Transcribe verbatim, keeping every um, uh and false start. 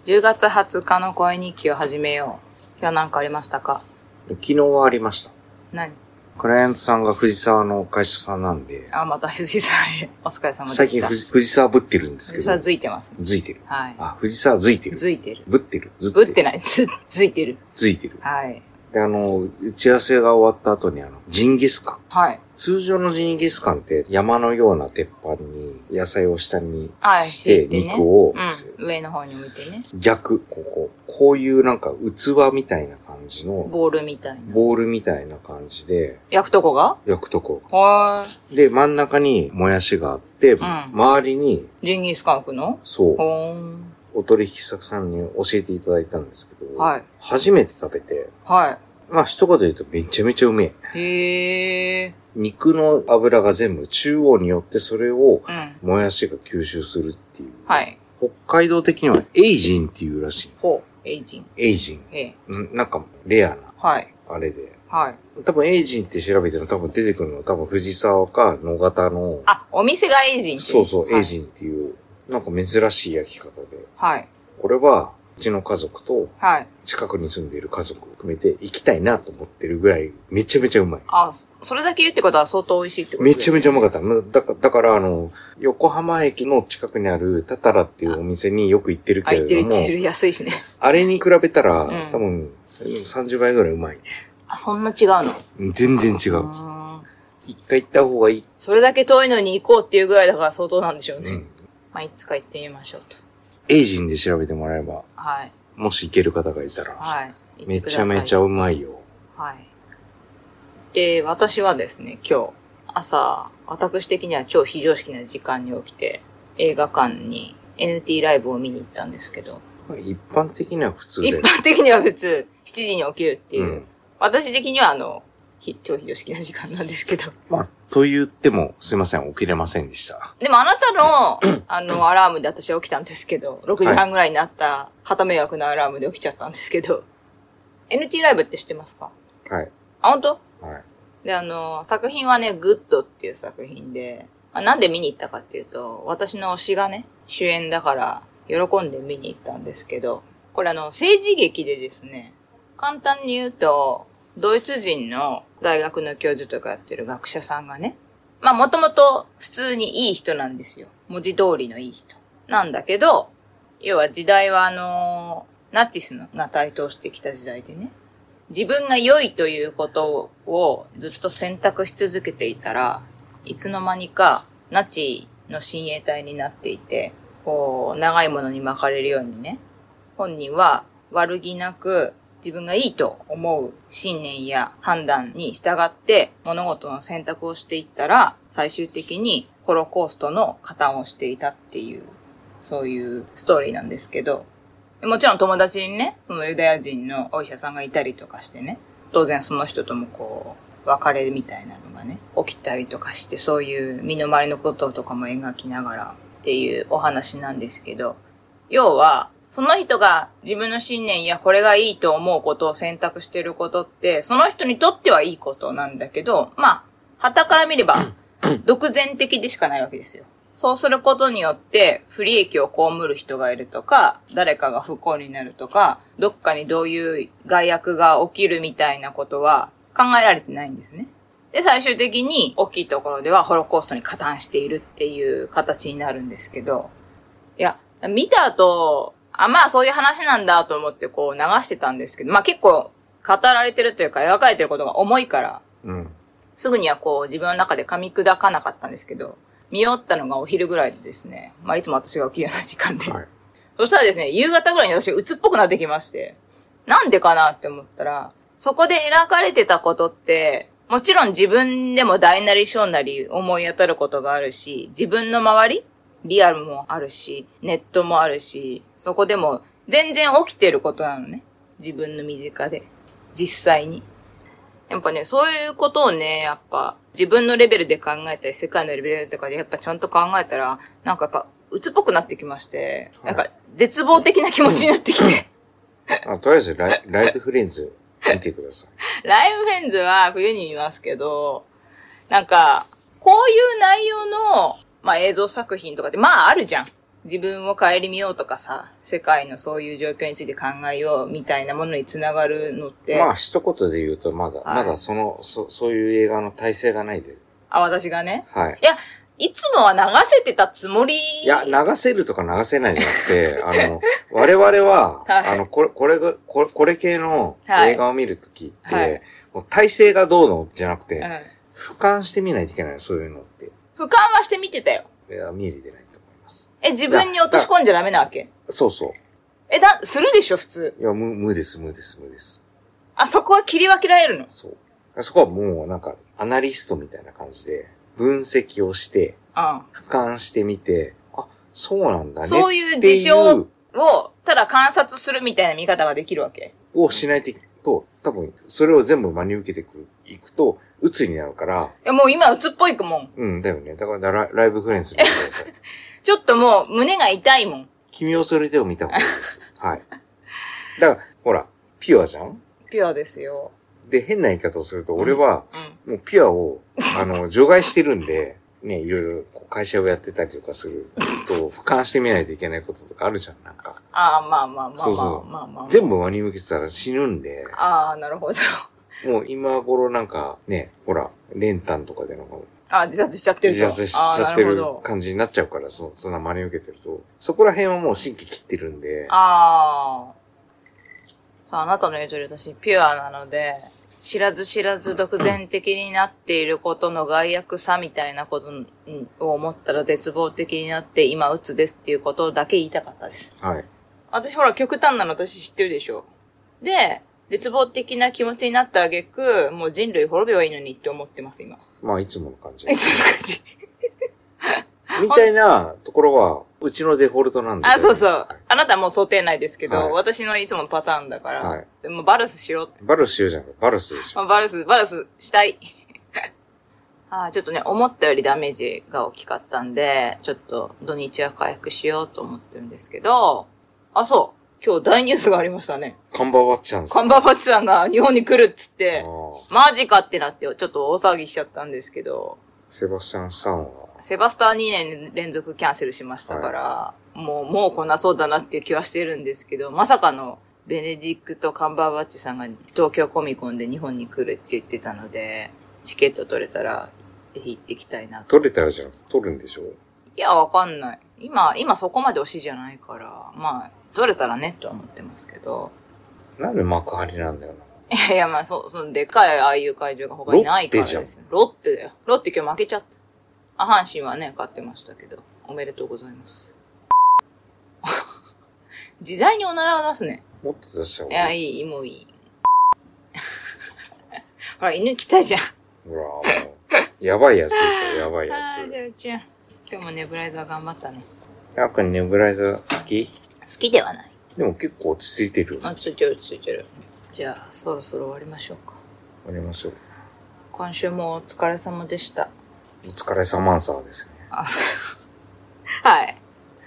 じゅうがつはつかの声日記を始めよう。今日は何かありましたか？ 昨日はありました。 何？ クライアントさんが藤沢の会社さんなんで。 あ、また藤沢へ。お疲れ様でした。 最近藤藤沢ぶってるんですけど。 藤沢づいてます、ね。 づいてる。 はい。 あ、藤沢づいてる。 づいてる。 ぶってる。 ずってる。ぶってない。ず、づいてる。 づいてる。 はい。 で、あの、打ち合わせが終わった後にあの、ジンギスカン。 はい。 通常のジンギスカンって山のような鉄板に野菜を下にして肉を、 うん、上の方に置いてね。 逆、ここ、こういうなんか器みたいな感じの。 ボールみたいな。 ボールみたいな感じで。 焼くとこが？ 焼くとこ。 はーい。で、真ん中にもやしがあって、うん、周りに。 ジンギスカン置くの？ そう。 ほーん。 お取引先さんに教えていただいたんですけど。 はい。 初めて食べて。 はい。 まあ一言で言うとめちゃめちゃうめえ。 へー。 肉の油が全部中央によってそれをもやしが吸収するっていう。 はい。 北海道的にはエイジンっていうらしい。 ほう。エイジン。 エイジン。 ええ。 うん、なんかレアな。 はい。 あれで。 はい。 多分エイジンって調べてるの多分出てくるのは多分藤沢か野方の。 あ、お店がエイジンってそうそう、はい、エイジンっていう、なんか珍しい焼き方で。 はい。 これは、うちの家族と、 はい。 近くに住んでいる家族を含めて行きたいなと思ってるぐらい、めちゃめちゃうまい。 あ、それだけ言うってことは相当美味しいってことですね。 めちゃめちゃうまかった。だから、だからあの、横浜駅の近くにあるタタラっていうお店によく行ってるけれども。 あ、行ってる行ってる。安いしね。 あれに比べたら、うん、多分、さんじゅうばいぐらいうまいね。 あ、そんな違うの？ 全然違う。一回行った方がいい。 それだけ遠いのに行こうっていうぐらいだから相当なんでしょうね。うん、まあ、いつか行ってみましょうと。 エイジンで調べてもらえば。 はい。 もし行ける方がいたら。 はい。 めちゃめちゃうまいよ。 はい。で、私はですね、今日、朝、私的には超非常識な時間に起きて、映画館に エヌティー ライブを見に行ったんですけど。 一般的には普通で。 一般的には普通、しちじに起きるっていう。うん、私的にはあの、超非常識な時間なんですけど。 まあ、と言っても、すいません、起きれませんでした。 でもあなたの、あの、アラームで私は起きたんですけど、ろくじはんぐらいになった、旗迷惑なアラームで起きちゃったんですけど、エヌティー ライブって知ってますか？ はい。 あ、本当？ はい。 で、あの、作品はね、グッドっていう作品で、まあ、なんで見に行ったかっていうと、私の推しがね、主演だから、喜んで見に行ったんですけど、これあの、政治劇でですね、簡単に言うと、ドイツ人の大学の教授とかやってる学者さんがね、まあもともと普通にいい人なんですよ。文字通りのいい人。なんだけど、要は時代はあの、ナチスが台頭してきた時代でね、自分が良いということをずっと選択し続けていたら、いつの間にかナチの親衛隊になっていて、こう、長いものに巻かれるようにね、本人は悪気なく、自分がいいと思う信念や判断に従って物事の選択をしていったら、最終的にホロコーストの加担をしていたっていう、そういうストーリーなんですけど、もちろん友達にね、そのユダヤ人のお医者さんがいたりとかしてね、当然その人ともこう、別れみたいなのがね、起きたりとかして、そういう身の回りのこととかも描きながらっていうお話なんですけど、要は、その人が自分の信念やこれがいいと思うことを選択していることって、その人にとってはいいことなんだけど、まあ、傍から見れば、独善的でしかないわけですよ。そうすることによって、不利益を被る人がいるとか、誰かが不幸になるとか、どっかにどういう害悪が起きるみたいなことは考えられてないんですね。で、最終的に大きいところではホロコーストに加担しているっていう形になるんですけど、いや、見た後、あ、まあそういう話なんだと思ってこう流してたんですけど、まあ結構語られてるというか描かれてることが重いから、うん、すぐにはこう自分の中で噛み砕かなかったんですけど、見終わったのがお昼ぐらいでですね、まあいつも私が起きるような時間で、はい、そしたらですね、夕方ぐらいに私が鬱っぽくなってきまして、なんでかなって思ったら、そこで描かれてたことって、もちろん自分でも大なり小なり思い当たることがあるし、自分の周りリアルもあるし、ネットもあるし、そこでも全然起きてることなのね。自分の身近で。実際に。やっぱね、そういうことをね、やっぱ自分のレベルで考えたり、世界のレベルとかでやっぱちゃんと考えたら、なんかやっぱ鬱っぽくなってきまして、なんか絶望的な気持ちになってきて。 あ、とりあえずライ、ライブフレンズ見てください。ライブフレンズは冬に見ますけど、なんか、こういう内容の、まあ映像作品とかって、まああるじゃん。 自分を顧みようとかさ、世界のそういう状況について考えようみたいなものにつながるのって。 まあ、一言で言うと、まだ、はい、まだその、そ、そういう映画の体制がないで。 あ、私がね。 はい。 いや、いつもは流せてたつもり。 いや、流せるとか流せないじゃなくて、あの、我々は、はい、あの、これ、これが、これ、これ系の映画を見るときって、はい、もう体制がどうのじゃなくて、はい、俯瞰してみないといけない、そういうのって。 俯瞰はして見てたよ。 いや、見えるでないと思います。 え、自分に落とし込んじゃダメなわけ？ そうそう。 え、だ、するでしょ、普通。 いや、無、無です、無です、無です。 あ、そこは切り分けられるの？ そう。そこはもう、なんか、アナリストみたいな感じで、分析をして、 ああ俯瞰してみて、あ、そうなんだね。 そういう事象を、ただ観察するみたいな見方ができるわけ？ をしないと、多分、それを全部真に受けてくる、いくと、鬱になるから。 いや、もう今鬱っぽいくもん。 うん、だよね。だからラ、ライブフレンズ見てください。 ちょっともう胸が痛いもん。 君をそれでを見た方がいいです。はい。だから、ほら、ピュアじゃん？ピュアですよ。 で、変な言い方をすると、俺は、うん、もうピュアを、あの、除外してるんで、ね、いろいろ会社をやってたりとかすると、俯瞰してみないといけないこととかあるじゃん、なんか。 ああ、まあまあまあまあ。 そうそう。 まあまあ。 全部真に向けてたら死ぬんで。 ああ、なるほど。 もう今頃なんか、ね、ほら、練炭とかでなんか、 ああ、自殺しちゃってる自殺しちゃってる感じになっちゃうから、そそんな真に受けてると。そこら辺はもう神経切ってるんで。 ああ。さあ、あなたの言う通り私、ピュアなので、知らず知らず独善的になっていることの害悪さみたいなことを思ったら絶望的になって今鬱ですっていうことだけ言いたかったです。 はい。 私ほら極端なの私知ってるでしょ。で、絶望的な気持ちになった挙句、もう人類滅べばいいのにって思ってます、今。 まあ、いつもの感じ。 いつもの感じ。 みたいなところは、うちのデフォルトなんで。 あ、そうそう。あなたはもう想定内ですけど、はい、私のいつものパターンだから。はい。でもバルスしろって。 バルスしようじゃん。バルスでしょ。 バルス、バルスしたい。あちょっとね、思ったよりダメージが大きかったんで、ちょっと土日は回復しようと思ってるんですけど、あ、そう。今日大ニュースがありましたね。 カンバーバッチさんです。 カンバーバッチさんが日本に来るっつって、マジかってなって、ちょっと大騒ぎしちゃったんですけど。 セバスチャンさんはセバスターにねん連続キャンセルしましたから、はい、もう、もう来なそうだなっていう気はしてるんですけど、まさかのベネディクト・カンバーバッチさんが東京コミコンで日本に来るって言ってたので、チケット取れたら、ぜひ行ってきたいなと。 取れたらじゃなくて取るんでしょ？いや、わかんない。今、今そこまで推しじゃないから、まあ、取れたらねとは思ってますけど。 なんで幕張なんだよな。 いやいや、まあ、そう、そのでかいああいう会場が他にないからですよ。ロッテだよ。ロッテ今日負けちゃった。あ、阪神はね、勝ってましたけど、おめでとうございます。自在におならを出すね。 もっと出しちゃおう。 いや、いい、もういい。ほら、犬来たじゃん。 ほら、もう、やばいやつやばいやつ。 あー、じゃあうちゃん。今日もネブライザー頑張ったね。 やっぱりネブライザー好き？ 好きではない。 でも結構落ち着いてる。 落ち着いてる、落ち着いてる。じゃあ、そろそろ終わりましょうか。 終わりましょう。 今週もお疲れ様でした。 お疲れ様さーですね。 あ、はい。